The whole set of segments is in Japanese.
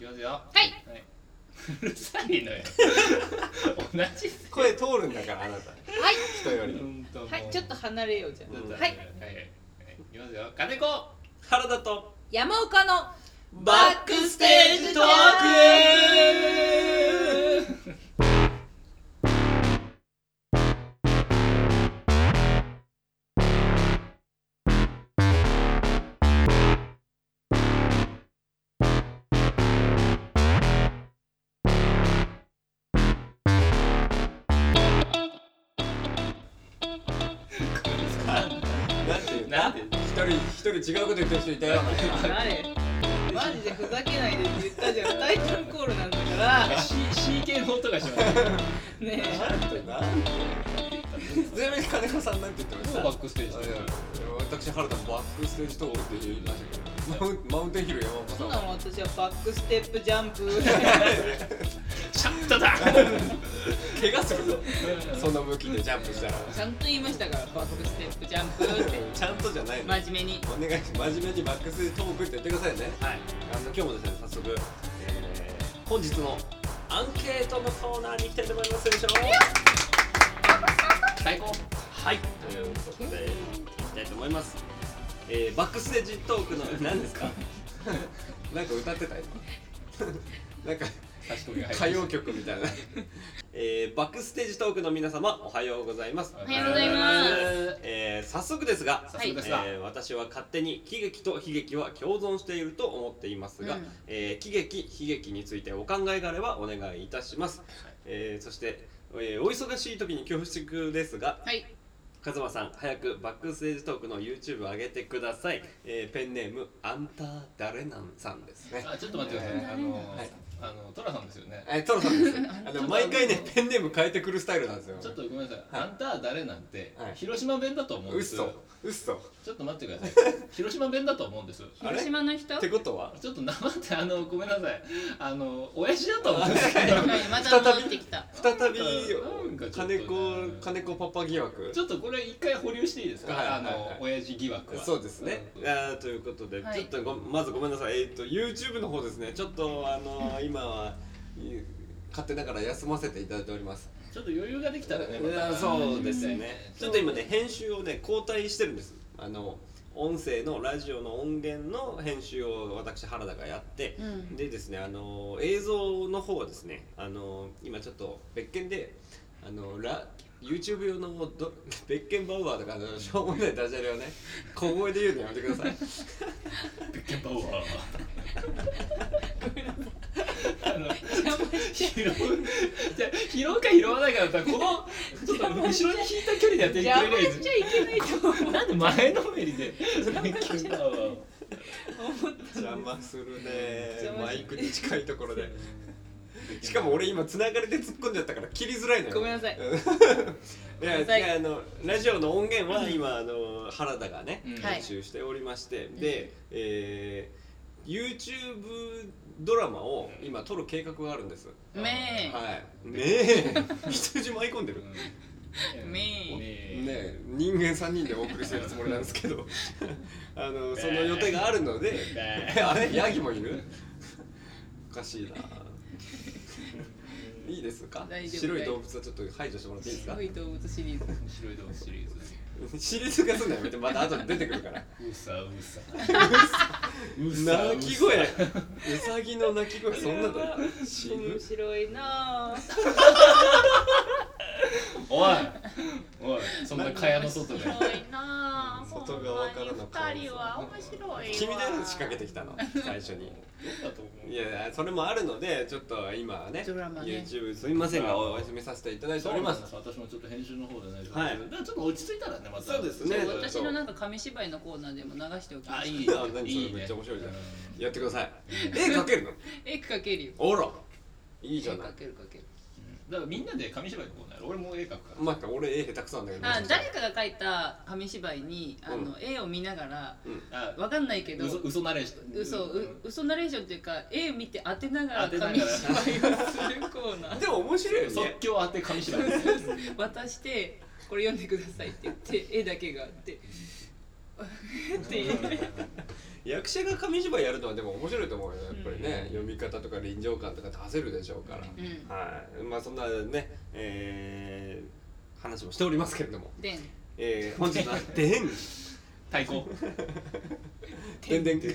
きますよ。はい。 うるさいのよ。同じ声通るんだからあなた。 はい。 人より。 はい、ちょっと離れようじゃん。はい。 はい。いきますよ。金子。 原田と山岡のバックステージトーク。 なんて一人違うこと言ってる人いたよ。 誰？マジでふざけないでって言ったじゃん。タイトルコールなんだから。 C 系の音がします。 ねえ。 ちなみに金子さんなんて言ってました？ バックステージ。 私原田もバックステージトークって言いましたけど、マウンテンヒル山岡さん。 そうなの、私はバックステップジャンプ。 ちゃんとだ。 怪我するぞ。そんな向きでジャンプしたら。 ちゃんと言いましたから、バックステップジャンプって。 ちゃんとじゃないの。 真面目に。 お願いします。真面目にバックステージトークって言ってくださいね。 はい。 今日もですね、早速、本日のアンケートのコーナーに行きたいと思いますでしょう。 最高。 はい。ということで行きたいと思います。バックステージトークの何ですか？なんか歌ってた今。なんか歌謡曲みたいな。バックステージトークの皆様おはようございます。 おはようございます。 早速ですが、私は勝手に喜劇と悲劇は共存していると思っていますが、喜劇悲劇についてお考えがあればお願いいたします。そして、お忙しい時に恐縮ですが、カズマさん早くバックステージトークの YouTube 上げてください。ペンネームあんた誰なんさんですね。 ちょっと待ってください。トラさんですよね。 トラさんです。毎回ねペンネーム変えてくるスタイルなんですよ。 ちょっとごめんなさい。あんた誰なんて広島弁だと思うんです。 嘘。 ちょっと待ってください。広島弁だと思うんです。 広島の人？ ってことは？ ちょっと待ってごめんなさい。親父だと思うんです。 また戻ってきた。 再び金子パパ疑惑。 ちょっとこれ一回保留していいですか？親父疑惑は。 そうですね。ということでちょっとまずごめんなさい。YouTube の方ですね。ちょっと今は勝手ながら休ませていただいております。 ちょっと余裕ができたらね。 そうですね。ちょっと今ね編集をね交代してるんです。音声のラジオの音源の編集を私原田がやって、でですね映像の方はですね今ちょっと別件でYouTube 用の別件バウアーとかしょうもないダジャレをね小声で言うのやめてください。 別件バウアー。拾うか拾わないかだったらこのちょっと後ろに引いた距離でやってくれないです。 邪魔しちゃいけないと思う。 なんで前のめりで邪魔するね。マイクに近いところで。しかも俺今つながりで突っ込んじゃったから切りづらいのよ。 ごめんなさい。 いやラジオの音源は今原田がね編集しておりまして、でYouTube ドラマを今撮る計画があるんです。 ねえ羊舞い込んでる。 ね人間3人でお送りするつもりなんですけどその予定があるのであれヤギもいる？おかしいな。いいですか？白い動物はちょっと排除してもらっていいですか？ 白い動物シリーズ。 白い動物シリーズ。 シリーズ化すんのやめて、また後で出てくるから。 うさ鳴き声。ウサギの鳴き声そんなだ。 面白いな。 おいそんな蚊帳の外で。 面白いな。 外側からの顔。 二人は面白いわ。 君で仕掛けてきたの最初に。いやそれもあるのでちょっと今はね YouTube すみませんがお休みさせていただいております。 私もちょっと編集の方でね。はい。ちょっと落ち着いたらねまた。 そうですね。 私のなんか紙芝居のコーナーでも流しておきます。 いい。何それめっちゃ面白いじゃん。やってください。絵描けるの？ 絵描けるよ。 あら。いいじゃない。 描ける。 だからみんなで紙芝居のコーナーやる。俺も絵描くから。 まあ俺絵下手くそなんだけど。 誰かが描いた紙芝居に絵を見ながらわかんないけど嘘ナレーション。 嘘ナレーションっていうか絵を見て当てながら紙芝居をするコーナー。 でも面白いよね。 即興当て紙芝居。 渡してこれ読んでくださいって言って絵だけがあってって役者が紙芝居やるのはでも面白いと思うよやっぱりね、読み方とか臨場感とか出せるでしょうから、はい、まあそんなね、話もしておりますけれども、本日はでん太鼓でんでんよ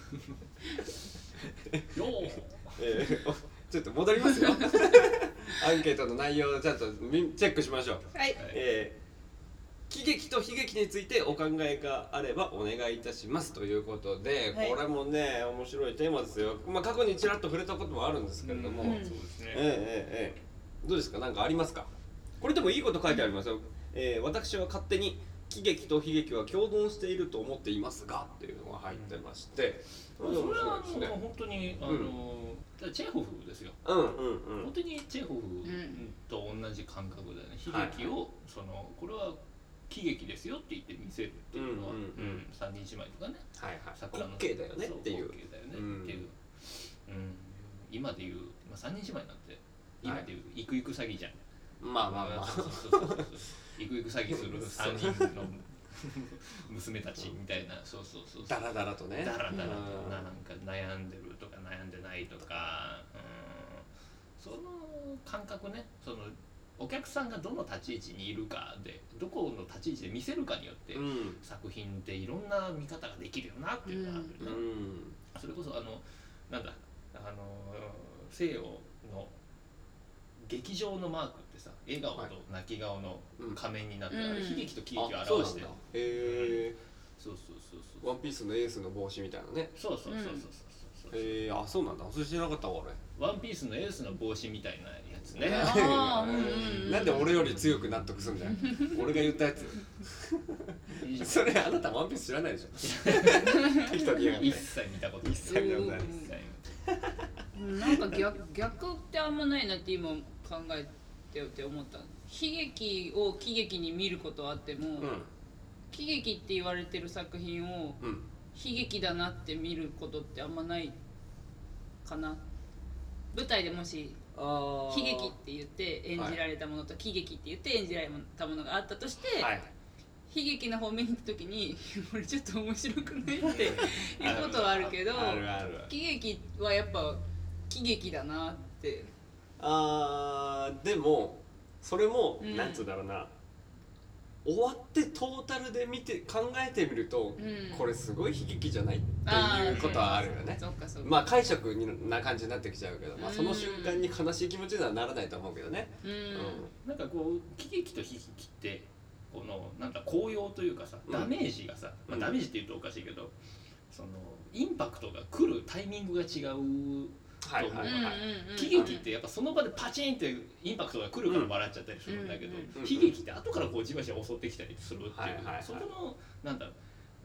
ちょっと戻りますよアンケートの内容をちゃんとチェックしましょう。 はい、 喜劇と悲劇についてお考えがあればお願いいたしますということで、 はい、 これもね面白いテーマですよ。まあ過去にちらっと触れたこともあるんですけれども、 そうですね。 どうですか、何かありますか。これでもいいこと書いてありますよ。私は勝手に喜劇と悲劇は共存していると思っていますがっていうのが入ってまして、 それは本当にチェーホフですよ。本当にチェーホフと同じ感覚だよね。悲劇をこれは喜劇ですよって言って見せるっていうのは、三人姉妹とかね、 桜の滑稽だよねっていう、 今でいう三人姉妹なんて今でいうイクイク詐欺じゃん。 まあイクイク詐欺する3人の娘たちみたいな、 ダラダラとね、 ダラダラとなんか悩んでるとか悩んでないとか、その感覚ね、お客さんがどの立ち位置にいるかで、どこの立ち位置で見せるかによって、作品っていろんな見方ができるよなっていうのがあるよね。それこそなんだ西洋の劇場のマークってさ、笑顔と泣き顔の仮面になって、悲劇と喜劇を表してる。 ワンピースのエースの帽子みたいなね。 そうあ、そうなんだ。それ知らなかったわ俺。 ワンピースのエースの帽子みたいなやつね。 なんで俺より強く納得すんだよ。俺が言ったやつ。それあなたワンピース知らないでしょ。 一切見たことない。 なんか逆ってあんまないなって今考えてよって思った。悲劇を喜劇に見ることはあっても、喜劇って言われてる作品を悲劇だなって見ることってあんまないかな。舞台でもし悲劇って言って演じられたものと喜劇って言って演じられたものがあったとして、悲劇の方面に行った時にこれちょっと面白くないっていうことはあるけど、喜劇はやっぱ喜劇だなって。 でもそれも、なんつうんだろうな、終わってトータルで見て考えてみると、これすごい悲劇じゃないっていうことはあるよね。まあ解釈な感じになってきちゃうけど、まあその瞬間に悲しい気持ちにはならないと思うけどね。 なんかこう喜劇と悲劇ってこのなんか高揚というかさ、ダメージがさ、ダメージって言うとおかしいけど、インパクトが来るタイミングが違うと思う。喜劇ってやっぱその場でパチンってインパクトが来るから笑っちゃったりするんだけど、悲劇って後からこうじわじわ襲ってきたりするっていう、そこのなんだ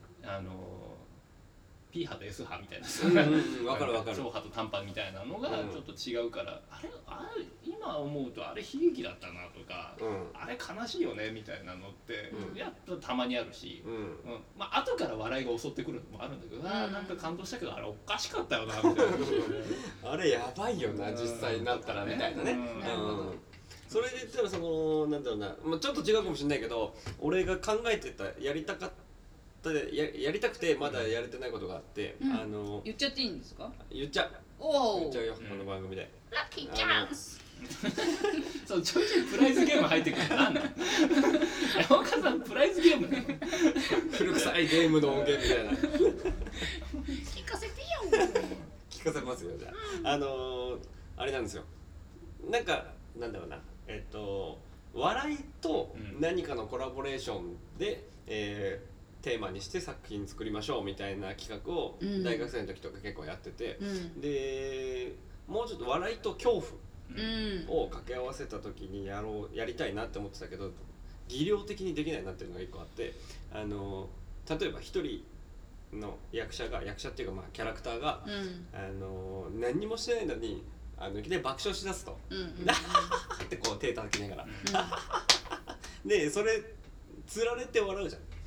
P 波と S 波みたいな、長波と短波みたいなのがちょっと違うから、あれ今思うとあれ悲劇だったなとか、あれ悲しいよねみたいなのってやっぱたまにあるし、まあ後から笑いが襲ってくるのもあるんだけど、なんか感動したけどあれおかしかったよなみたいな、 あれやばいよな実際になったらみたいなね。それで言ったらなんだろうな、ちょっと違うかもしれないけど、俺が考えてたやりたくてまだやれてないことがあって、 言っちゃっていいんですか？ 言っちゃうよこの番組で。 ラッキーチャンス。 そうちょいちょいプライズゲーム入ってくるのなんなの？山岡さんプライズゲームなの？ 古臭いゲームの音源みたいな。 聞かせてよ。 聞かせますよじゃあ。あれなんですよ。なんだろうな、笑いと何かのコラボレーションで、テーマにして作品作りましょうみたいな企画を大学生の時とか結構やってて、でもうちょっと笑いと恐怖を掛け合わせた時にやりたいなって思ってたけど、技量的にできないなっていうのが一個あって、例えば一人の役者っていうかキャラクターが、何にもしてないのにいきなり爆笑しだすと、ってこう手叩きながら、でそれつられて笑うじゃん。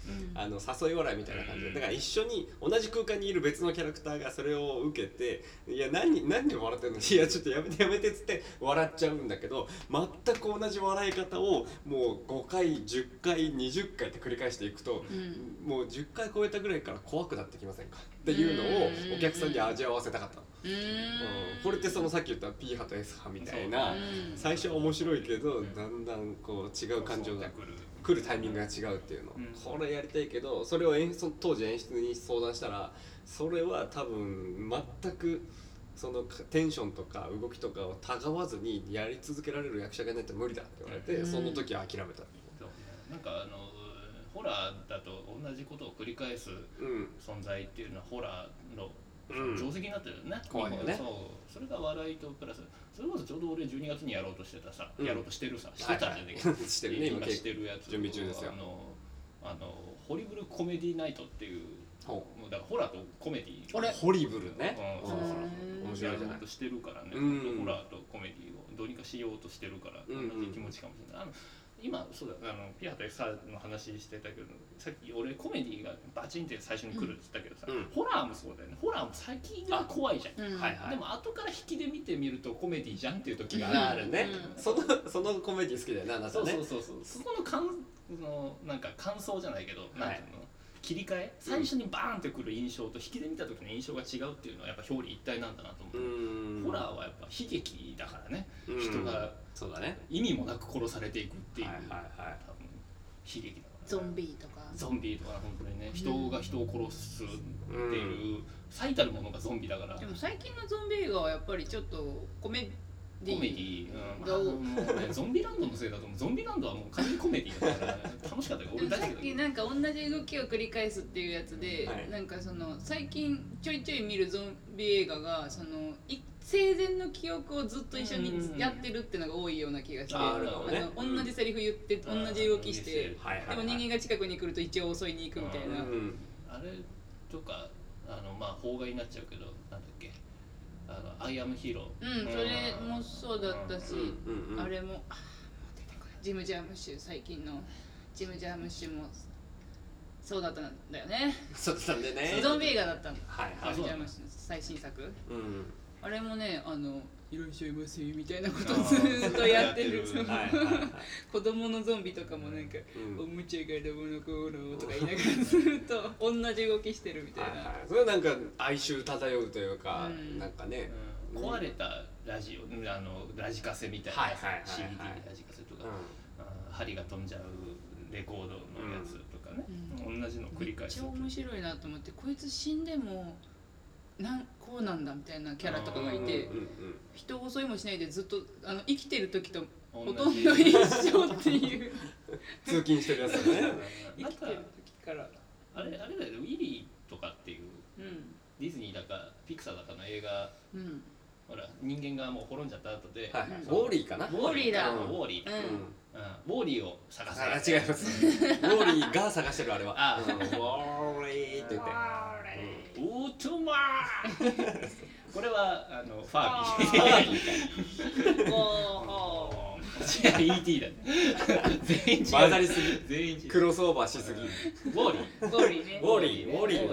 誘い笑いみたいな感じで、だから一緒に同じ空間にいる別のキャラクターがそれを受けて、いや何で笑ってるの、いやちょっとやめてっつって笑っちゃうんだけど、全く同じ笑い方をもう5回10回20回って繰り返していくと、もう10回超えたぐらいから怖くなってきませんかっていうのをお客さんに味わわせたかったの。これってそのさっき言った P 派と S 派みたいな、最初は面白いけどだんだんこう違う感情が来るタイミングが違うっていうの、これやりたいけど、それを当時演出に相談したら、それは多分全くそのテンションとか動きとかをたがわずにやり続けられる役者がいないと無理だって言われて、その時は諦めた。 なんかホラーだと同じことを繰り返す存在っていうのはホラーの定石になってるよね。 怖いよね。 それが笑いとプラス、それこそちょうど俺12月にやろうとしてたさ、やろうとしてるさ、してたじゃねえか。 してるね、 今してるやつ。 準備中ですよ。 ホリブルコメディナイトっていう、もうだからホラーとコメディ。 ホリブルね。 面白いじゃない。としてるからね。ホラーとコメディをどうにかしようとしてるから同じ気持ちかもしれない。今そうだ、ピアと F の話してたけど、さっき俺コメディがバチンって最初に来るって言ったけどさ、ホラーもそうだよね。ホラーも先が怖いじゃん。でも後から引きで見てみるとコメディじゃんっていう時があるね。 そのコメディ好きだよね、あなたね。 そうそこのなんか感想じゃないけど、なんていうの、切り替え、最初にバーンってくる印象と引きで見た時の印象が違うっていうのはやっぱ表裏一体なんだなと思う。ホラーはやっぱ悲劇だからね。人がそうだね、 意味もなく殺されていくっていう、多分悲劇だから、ね、 ゾンビとか本当にね、人が人を殺すっていう最たるものがゾンビだから。 でも最近のゾンビ映画はやっぱりちょっとコメディゾンビランドのせいだと思う。ゾンビランドはもう完全にコメディだから、楽しかったよ。俺大好きだけど。 さっきなんか同じ動きを繰り返すっていうやつで、なんかその最近ちょいちょい見るゾンビ映画がその生前の記憶をずっと一緒にやってるっていうのが多いような気がして、同じセリフ言って同じ動きして、でも人間が近くに来ると一応襲いに行くみたいな。 あれとかまあ邦画になっちゃうけど、なんだっけ、アイアムヒーロー。 それもそうだったし、あれも出てこない。ジム・ジャームッシュ、最近のジム・ジャームッシュもそうだったんだよね。 そうだったんでね。 ゾンビ映画だったんだ。 ジム・ジャームッシュの最新作。あれもね、いらっしゃいませみたいなことをずっとやってる。子供のゾンビとかもなんか、おもちゃがどうのこうのとか言いながらずっと同じ動きしてるみたいな。 それはなんか哀愁漂うというか、なんかね、 壊れたラジオ、ラジカセみたいな CD ラジカセとか、針が飛んじゃうレコードのやつとかね、同じの繰り返し。 めっちゃ面白いなと思って、こいつ死んでもこうなんだみたいなキャラとかがいて、人を襲いもしないでずっと生きてる時とほとんど一緒っていう通勤してるやつね。 生きてる時からあれだよね、ウィリーとかっていう、ディズニーだかピクサーだかの映画、ほら人間がもう滅んじゃった後で、 ウォーリーかな。 ウォーリーだ。 ウォーリー。ウォーリーを探せ。違います。ウォーリーが探してるあれは。ウォーリーって言って。 オートマー。これはファービー。違う ET だ。全員違う。 混ざりすぎ。 全員違う。 クロスオーバーしすぎ。 ウォーリー。 ウォーリーね。 ウォーリー。 ウォーリ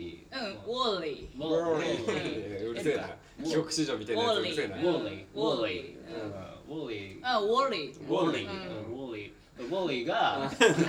ー。 うるせえな。帰国子女みたいなやつうるせえな。 ウォーリー。ウォーリー。ウォーリー。 あ、ウォーリー。 ウォーリー。ウォーリー。ウォーリーが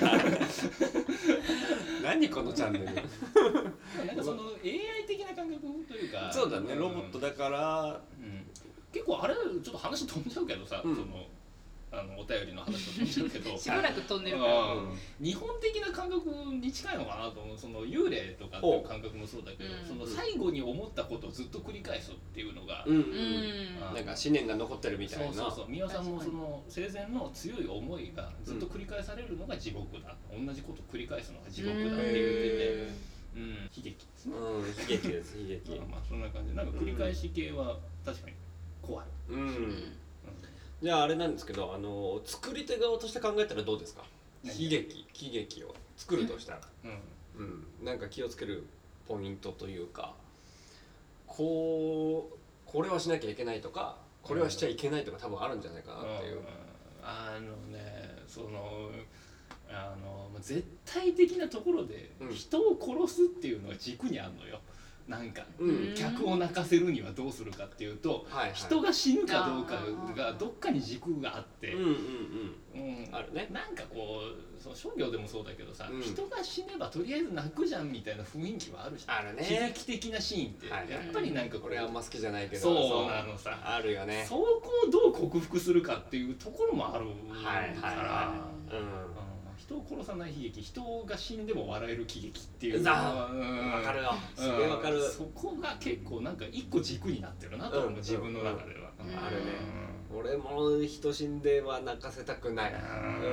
何このチャンネル。 なんかその AI 的な感覚というか。 そうだね、ロボットだから。 結構あれちょっと話飛んじゃうけどさ、そのお便りの話と飛んじゃうけどしばらく飛んでるから、 日本的な感覚に近いのかなと思う。その幽霊とかっていう感覚もそうだけど、その最後に思ったことをずっと繰り返すっていうのが、 なんか思念が残ってるみたいな。 そう宮尾さんもその生前の強い思いがずっと繰り返されるのが地獄だ、同じことを繰り返すのが地獄だって言ってて、悲劇ですね。 悲劇です、悲劇。 まあそんな感じで、なんか繰り返し系は確かに怖い。 じゃああれなんですけど、作り手側として考えたらどうですか。喜劇を作るとしたら、なんか気をつけるポイントというか、これはしなきゃいけないとか、これはしちゃいけないとか多分あるんじゃないかなっていう。 その絶対的なところで人を殺すっていうのが軸にあるのよ。なんか、客を泣かせるにはどうするかっていうと、人が死ぬかどうかがどっかに軸があって、 あるね。 なんかこうその商業でもそうだけどさ、人が死ねばとりあえず泣くじゃんみたいな雰囲気はあるじゃん。 あるね。 悲劇的なシーンってやっぱりなんかこれあんま好きじゃないけど、 そうなのさ、 あるよね。 そこをどう克服するかっていうところもあるから。人を殺さない悲劇、人が死んでも笑える喜劇っていうのはわかるよ。すげえわかる。 そこが結構なんか一個軸になってるなと思う、自分の中では。 あるね。俺も人死んでは泣かせたくない。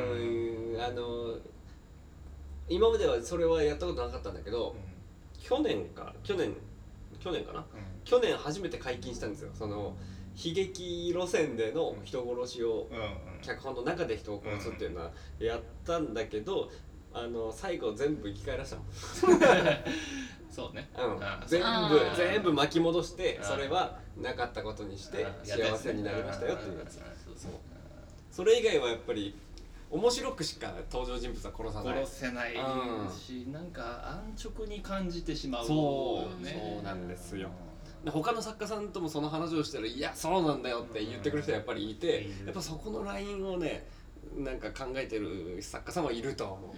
今まではそれはやったことなかったんだけど、去年かな、去年初めて解禁したんですよ。その悲劇路線での人殺しを、脚本の中で人を殺すっていうのはやったんだけど、最後全部生き返らせたもん。 そうね、 全部巻き戻して、それはなかったことにして幸せになりましたよっていうやつ。それ以外はやっぱり面白くしか登場人物は殺さない、 殺せないし、なんか安直に感じてしまう。 そうなんですよ。他の作家さんともその話をしたら、いやそうなんだよって言ってくる人はやっぱりいて、やっぱそこのラインをね、なんか考えてる作家さんはいると思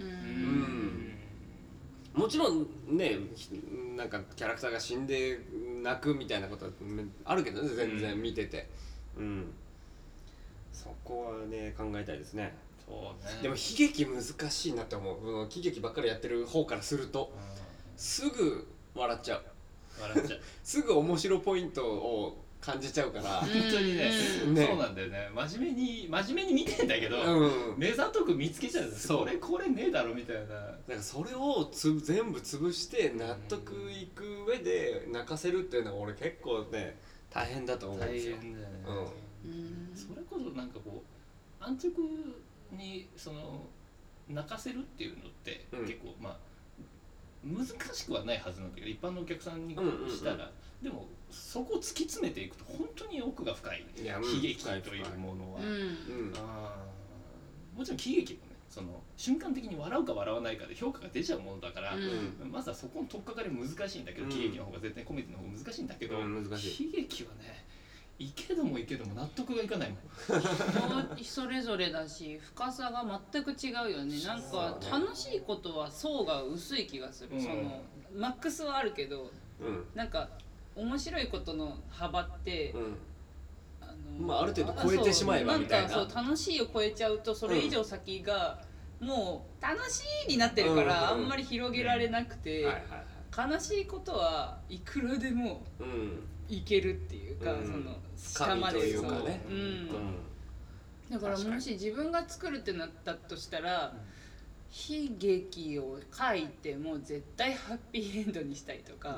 う。もちろんね、なんかキャラクターが死んで泣くみたいなことはあるけどね、全然見てて、そこはね考えたいですね。でも悲劇難しいなって思う。喜劇ばっかりやってる方からすると、すぐ笑っちゃう。すぐ面白ポイントを感じちゃうから、 本当にね、そうなんだよね。真面目に見てんだけど、目ざとく見つけちゃうんですよ。これねえだろみたいな。だからそれを全部潰して納得いく上で泣かせるっていうのは俺結構ね大変だと思うんですよ。 大変だよね。それこそなんかこう安直にその泣かせるっていうのって結構難しくはないはずなんだけど、一般のお客さんにしたら、でもそこを突き詰めていくと本当に奥が深い悲劇というものは、もちろん喜劇もね、その瞬間的に笑うか笑わないかで評価が出ちゃうものだから、まずはそこの取っかかり難しいんだけど、喜劇の方が絶対コメディの方が難しいんだけど、悲劇はねいけども納得がいかないもん。 それぞれだし深さが全く違うよね。なんか楽しいことは層が薄い気がする。そのマックスはあるけど、なんか面白いことの幅って、 ある程度超えてしまえばみたいな。 なんかそう楽しいを超えちゃうとそれ以上先がもう楽しいになってるから、あんまり広げられなくて、悲しいことはいくらでもいけるっていうか、その下までそうね。だからもし自分が作るってなったとしたら、悲劇を書いても絶対ハッピーエンドにしたいとか、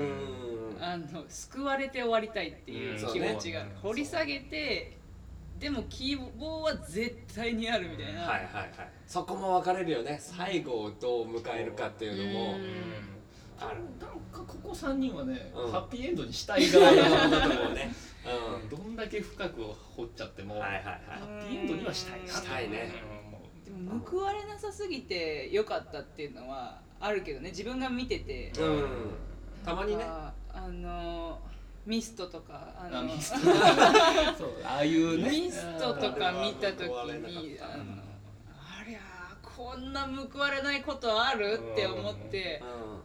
救われて終わりたいっていう気持ちが掘り下げて、でも希望は絶対にあるみたいな。 そこも分かれるよね。最後をどう迎えるかっていうのも。 なんかここ3人はね、ハッピーエンドにしたい側だと思うね。どんだけ深く掘っちゃってもハッピーエンドにはしたいな。 したいね。 でも報われなさすぎて良かったっていうのはあるけどね、自分が見てて。 たまにね。 ミストとかああいうねミストとか見た時にありゃこんな報われないことあるって思って。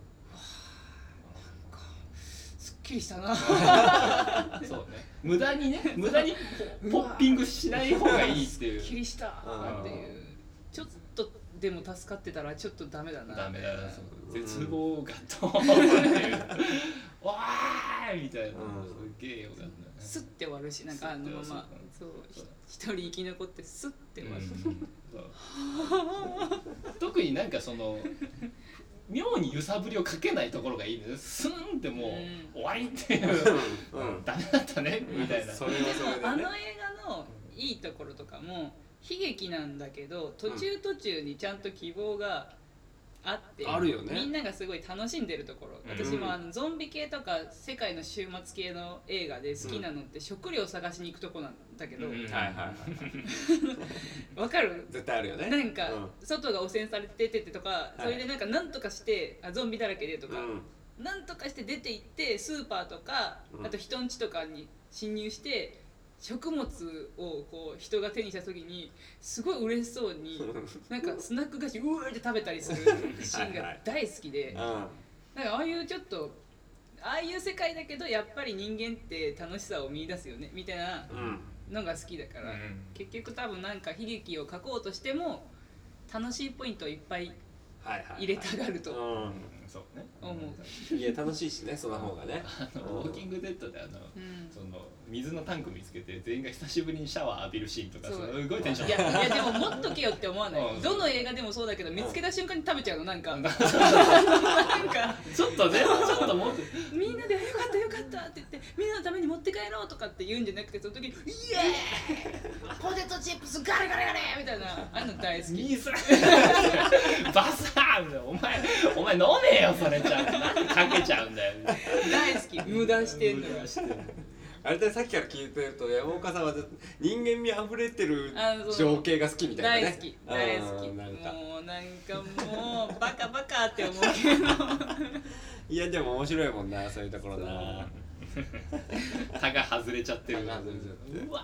すっきりしたな。 そうね、無駄にポッピングしない方がいいっていう。 すっきりしたっていう。ちょっとでも助かってたらちょっとダメだな。 ダメだな。絶望がドーンっていう。わーみたいな。すげえよかったね。 スッて終わるし、なんかそう一人生き残ってスッて終わる。 特になんかその。妙に揺さぶりをかけないところがいいんです。スンってもう終わりっていう、ダメだったねみたいな。 あの映画のいいところとかも悲劇なんだけど、途中にちゃんと希望があって、 あるよね、 みんながすごい楽しんでるところ、私もゾンビ系とか世界の終末系の映画で好きなのって食料を探しに行くとこなんだけど、わかる？ 絶対あるよね。 なんか、外が汚染されててとか、それでなんとかしてゾンビだらけでとか、なんとかして出て行ってスーパーとか、あと人ん家とかに侵入して食物をこう人が手にした時にすごい嬉しそうになんかスナック菓子うわーって食べたりするシーンが大好きで、なんかああいうちょっとああいう世界だけどやっぱり人間って楽しさを見出すよねみたいなのが好きだから、結局多分なんか悲劇を書こうとしても楽しいポイントをいっぱい入れたがるとそうね、 思う。いや楽しいしね、その方がね。 ウォーキングデッドでその水のタンク見つけて全員が久しぶりにシャワー浴びるシーンとかすごいテンション。 いやでも持っとけよって思わない。どの映画でもそうだけど見つけた瞬間に食べちゃうのなんか。なんかちょっとね、ちょっと持ってみんなでよかったよかったって言ってみんなのために持って帰ろうとかって言うんじゃなくて、その時にイエーイポテトチップスガリガリガリみたいなああいうの大好き。 ミースバサーみたいな、お前飲めよそれちゃんとなんでかけちゃうんだよ。 大好き、無駄してんのよ。 あれでさっきから聞いてると山岡さんは人間味あふれてる情景が好きみたいなね。 大好きもうなんかもうバカバカって思うけどいやでも面白いもんな、そういうところな。 タが外れちゃってる。 うわ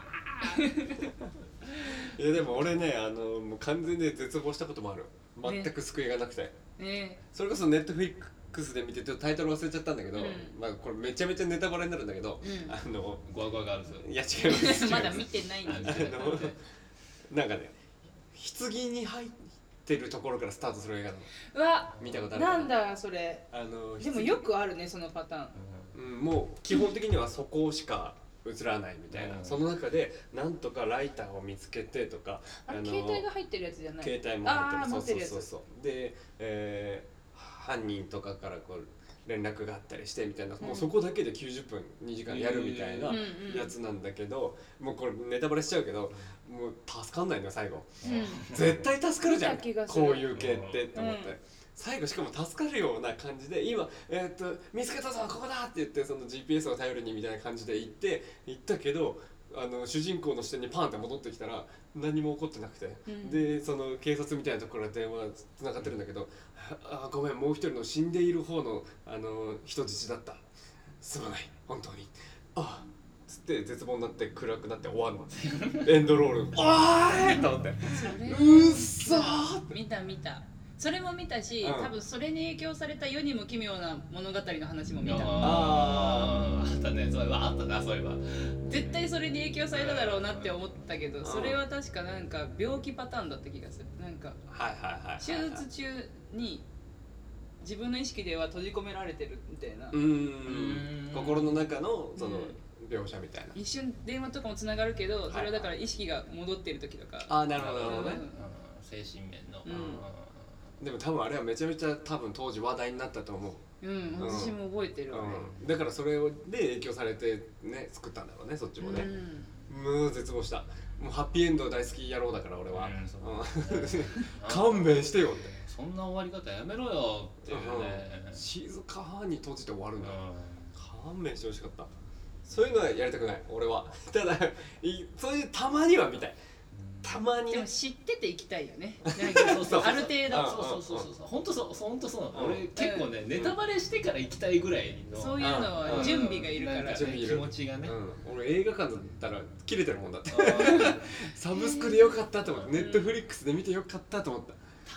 いやでも俺ねもう完全に絶望したこともある。全く救いがなくて、それこそネットフリックスで見ててタイトル忘れちゃったんだけど、まあこれめちゃめちゃネタバレになるんだけど、 ゴワゴワがあるぞ。 いや違いますまだ見てないんですけどなんかね、棺に入ってるところからスタートする映画なの。 うわ、 見たことある？ なんだそれ。でもよくあるねそのパターン。もう基本的にはそこしか映らないみたいな、その中でなんとかライターを見つけてとか、 携帯が入ってるやつじゃない？ 携帯も入ってる。そうで、犯人とかからこう連絡があったりしてみたいな、もうそこだけで90分2時間やるみたいなやつなんだけど、もうこれネタバレしちゃうけどもう助かんないのよ最後。絶対助かるじゃんこういう系ってって思って、最後しかも助かるような感じで今、見つけたぞここだって言ってその GPS を頼りにみたいな感じで行ったけど、主人公の視点にパンって戻ってきたら何も起こってなくて、でその警察みたいなところから電話つながってるんだけど、ごめんもう一人の死んでいる方の人質だった、すまない本当に、つって絶望になって暗くなって終わるのエンドロールおーいと思ってうっそー見たそれも見たし、多分それに影響された世にも奇妙な物語の話も見た。 あったね、それはあったな、そういえば絶対それに影響されただろうなって思ったけど、それは確かなんか病気パターンだった気がする。なんか手術中に自分の意識では閉じ込められてるみたいな、 心の中のその描写みたいな、 一瞬電話とかもつながるけど、それはだから意識が戻ってる時とか。 なるほどね、 精神面の。 でも多分あれはめちゃめちゃ多分当時話題になったと思う。 私も覚えてるわね。 だからそれで影響されてね作ったんだろうね、そっちもね。もう絶望した。もうハッピーエンド大好き野郎だから俺は。勘弁してよって。 そんな終わり方やめろよっていうね。 静かに閉じて終わるんだ。勘弁してほしかった。そういうのはやりたくない俺は。ただそういうたまには見たい。たまにでも知ってていきたいよね。ある程度。 そう本当そう。俺結構ねネタバレしてから行きたいぐらいのそういうのは準備がいるから気持ちがね。 俺映画館だったら切れてるもんだって。サブスクでよかったと思って、ネットフリックスで見てよかったと思った。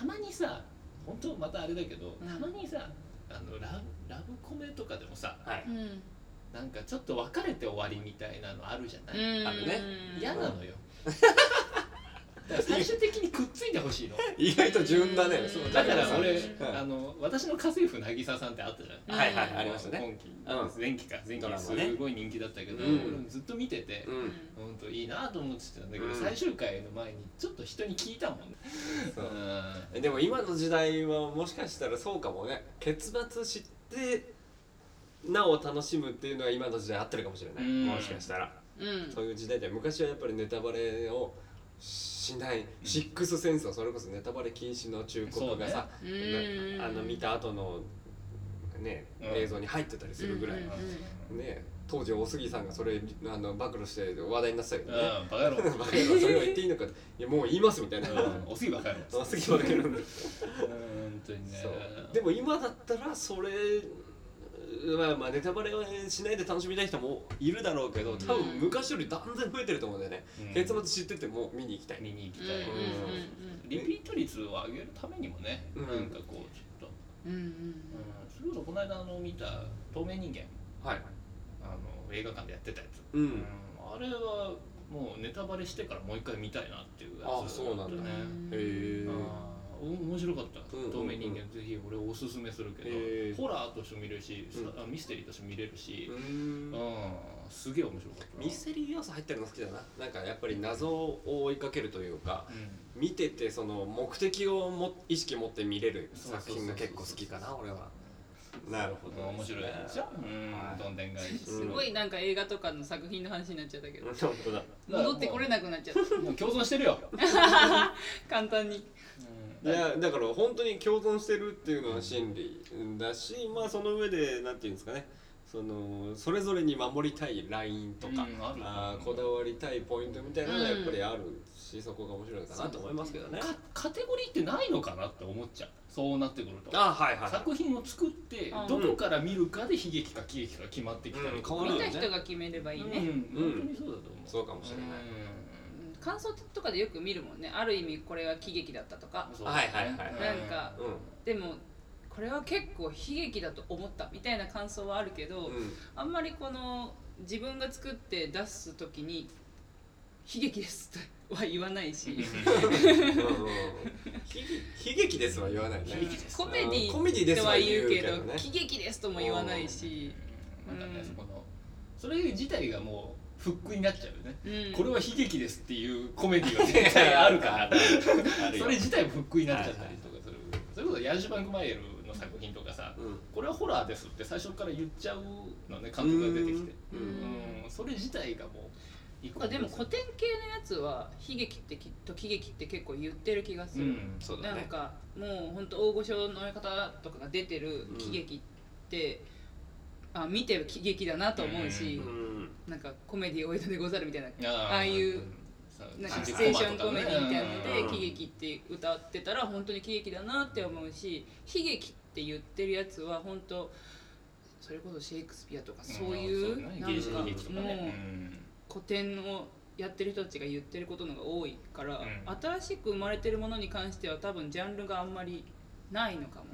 たまにさ、本当またあれだけど、たまにさラブコメとかでもさ、なんかちょっと別れて終わりみたいなのあるじゃない。 あるね。 嫌なのよ。最終的にくっついてほしいの。 意外と純だね。 だから俺私の家政婦渚さんってあったじゃん。 はいありましたね。 前期すごい人気だったけど、俺ずっと見てて本当いいなと思ってたんだけど、最終回の前にちょっと人に聞いたもんね。 でも今の時代はもしかしたらそうかもね。結末知ってなお楽しむっていうのは今の時代合ってるかもしれない。もしかしたらそういう時代で、昔はやっぱりネタバレをしないシックスセンスはそれこそネタバレ禁止の忠告がさ、見た後のね映像に入ってたりするぐらい、ね当時大杉さんがそれ暴露して話題になってたけどね、 バカ野郎バカ野郎それは言っていいのか、いやもう言いますみたいな、 おすぎバカ野郎おすぎバカ野郎本当にね。 でも今だったらそれまあネタバレはしないで楽しみたい人もいるだろうけど、多分昔より断然増えてると思うんだよね、結末知ってても見に行きたい、 リピート率を上げるためにもね、なんかこうちょっとそれこそこの間見た透明人間、映画館でやってたやつ、あれはもうネタバレしてからもう一回見たいなっていうやつ。 あ、そうなんだね。 へえ。面白かった。透明人間ぜひ俺おすすめするけど、ホラーとして見れるし、ミステリーとして見れるし、すげえ面白かった。 ミステリー要素入ってるの好きだな。なんかやっぱり謎を追いかけるというか、見ててその目的を意識持って見れる作品が結構好きかな俺は。なるほど、 面白いでしょ。どんでん返し。 すごいなんか映画とかの作品の話になっちゃったけど、 本当だ、 戻ってこれなくなっちゃった。 もう共存してるよ簡単に。 いやだから本当に共存してるっていうのは真理だし、まあその上でなんていうんですかね、それぞれに守りたいラインとか、こだわりたいポイントみたいなのがやっぱりあるし、そこが面白いかなと思いますけどね。 カテゴリーってないのかなって思っちゃう。そうなってくると、作品を作ってどこから見るかで悲劇か喜劇か決まってきたりとか、 見た人が決めればいいね。 本当にそうだと思う。 そうかもしれない。 感想とかでよく見るもんね。ある意味これは喜劇だったとか、なんかでもこれは結構悲劇だと思ったみたいな感想はあるけど、あんまりこの自分が作って出す時に悲劇ですとは言わないし、 悲劇ですは言わないね。 コメディとは言うけど喜劇ですとも言わないし、 なんかねそれ自体がもうフックになっちゃうよね、これは悲劇ですっていうコメディは絶対あるからそれ自体もフックになっちゃったりとかする。それこそヤンシュバンクマイエルの作品とかさ、これはホラーですって最初から言っちゃうのね、監督が出てきて、それ自体がもうでも古典系のやつは悲劇ってきっと喜劇って結構言ってる気がする、なんかもうほんと大御所の方とかが出てる喜劇って見て喜劇だなと思うし、なんかコメディお江戸でござるみたいな、ああいうなんかシチュエーションコメディみたいなので喜劇って歌ってたら本当に喜劇だなって思うし、悲劇って言ってるやつは本当それこそシェイクスピアとかそういうなんかもう古典をやってる人たちが言ってることのが多いから、新しく生まれてるものに関しては多分ジャンルがあんまりないのかも。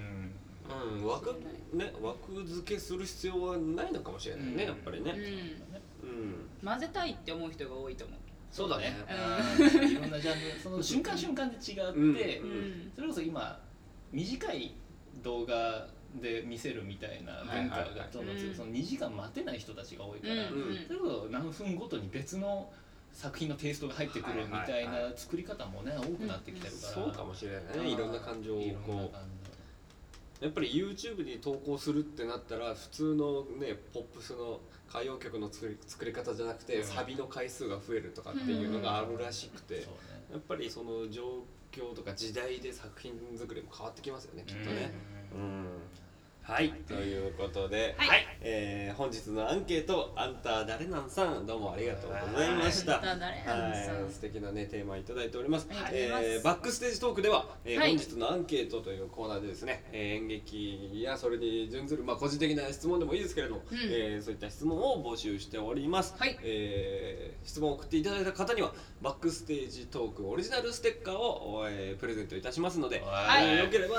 枠付けする必要はないのかもしれないね、やっぱりね。 混ぜたいって思う人が多いと思う。 そうだね。いろんなジャンル、その瞬間瞬間で違って、それこそ今短い動画で見せるみたいな文化がその2時間待てない人たちが多いから、それこそ何分ごとに別の作品のテイストが入ってくるみたいな作り方もね多くなってきてるから、 そうかもしれないね。いろんな感情をこうやっぱり YouTube に投稿するってなったら普通のねポップスの歌謡曲の作り方じゃなくてサビの回数が増えるとかっていうのがあるらしくて、やっぱりその状況とか時代で作品作りも変わってきますよね、きっとね。はい、ということで、本日のアンケート、あんた誰なんさん、どうもありがとうございました。素敵なねテーマいただいております。バックステージトークでは、本日のアンケートというコーナーでですね、演劇やそれに準ずる個人的な質問でもいいですけれども、そういった質問を募集しております。質問を送っていただいた方にはバックステージトークオリジナルステッカーをプレゼントいたしますので、よければ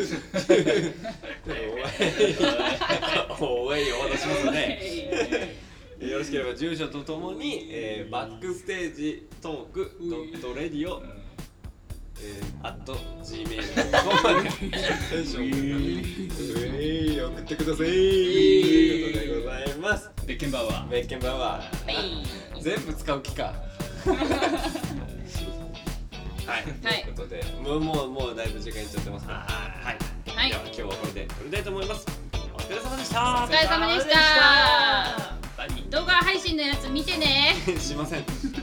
お会いお渡ししますのでよろしければ住所とともに、バックステージトーク.radio @gmail.com までテンション送ってくださいということでございます。 ベッケンバウアー全部使う気かはい、ということでもうだいぶ時間いっちゃってますから、では今日はこれで撮りたいと思います。お疲れ様でした。 お疲れ様でした。動画配信のやつ見てね。 しません。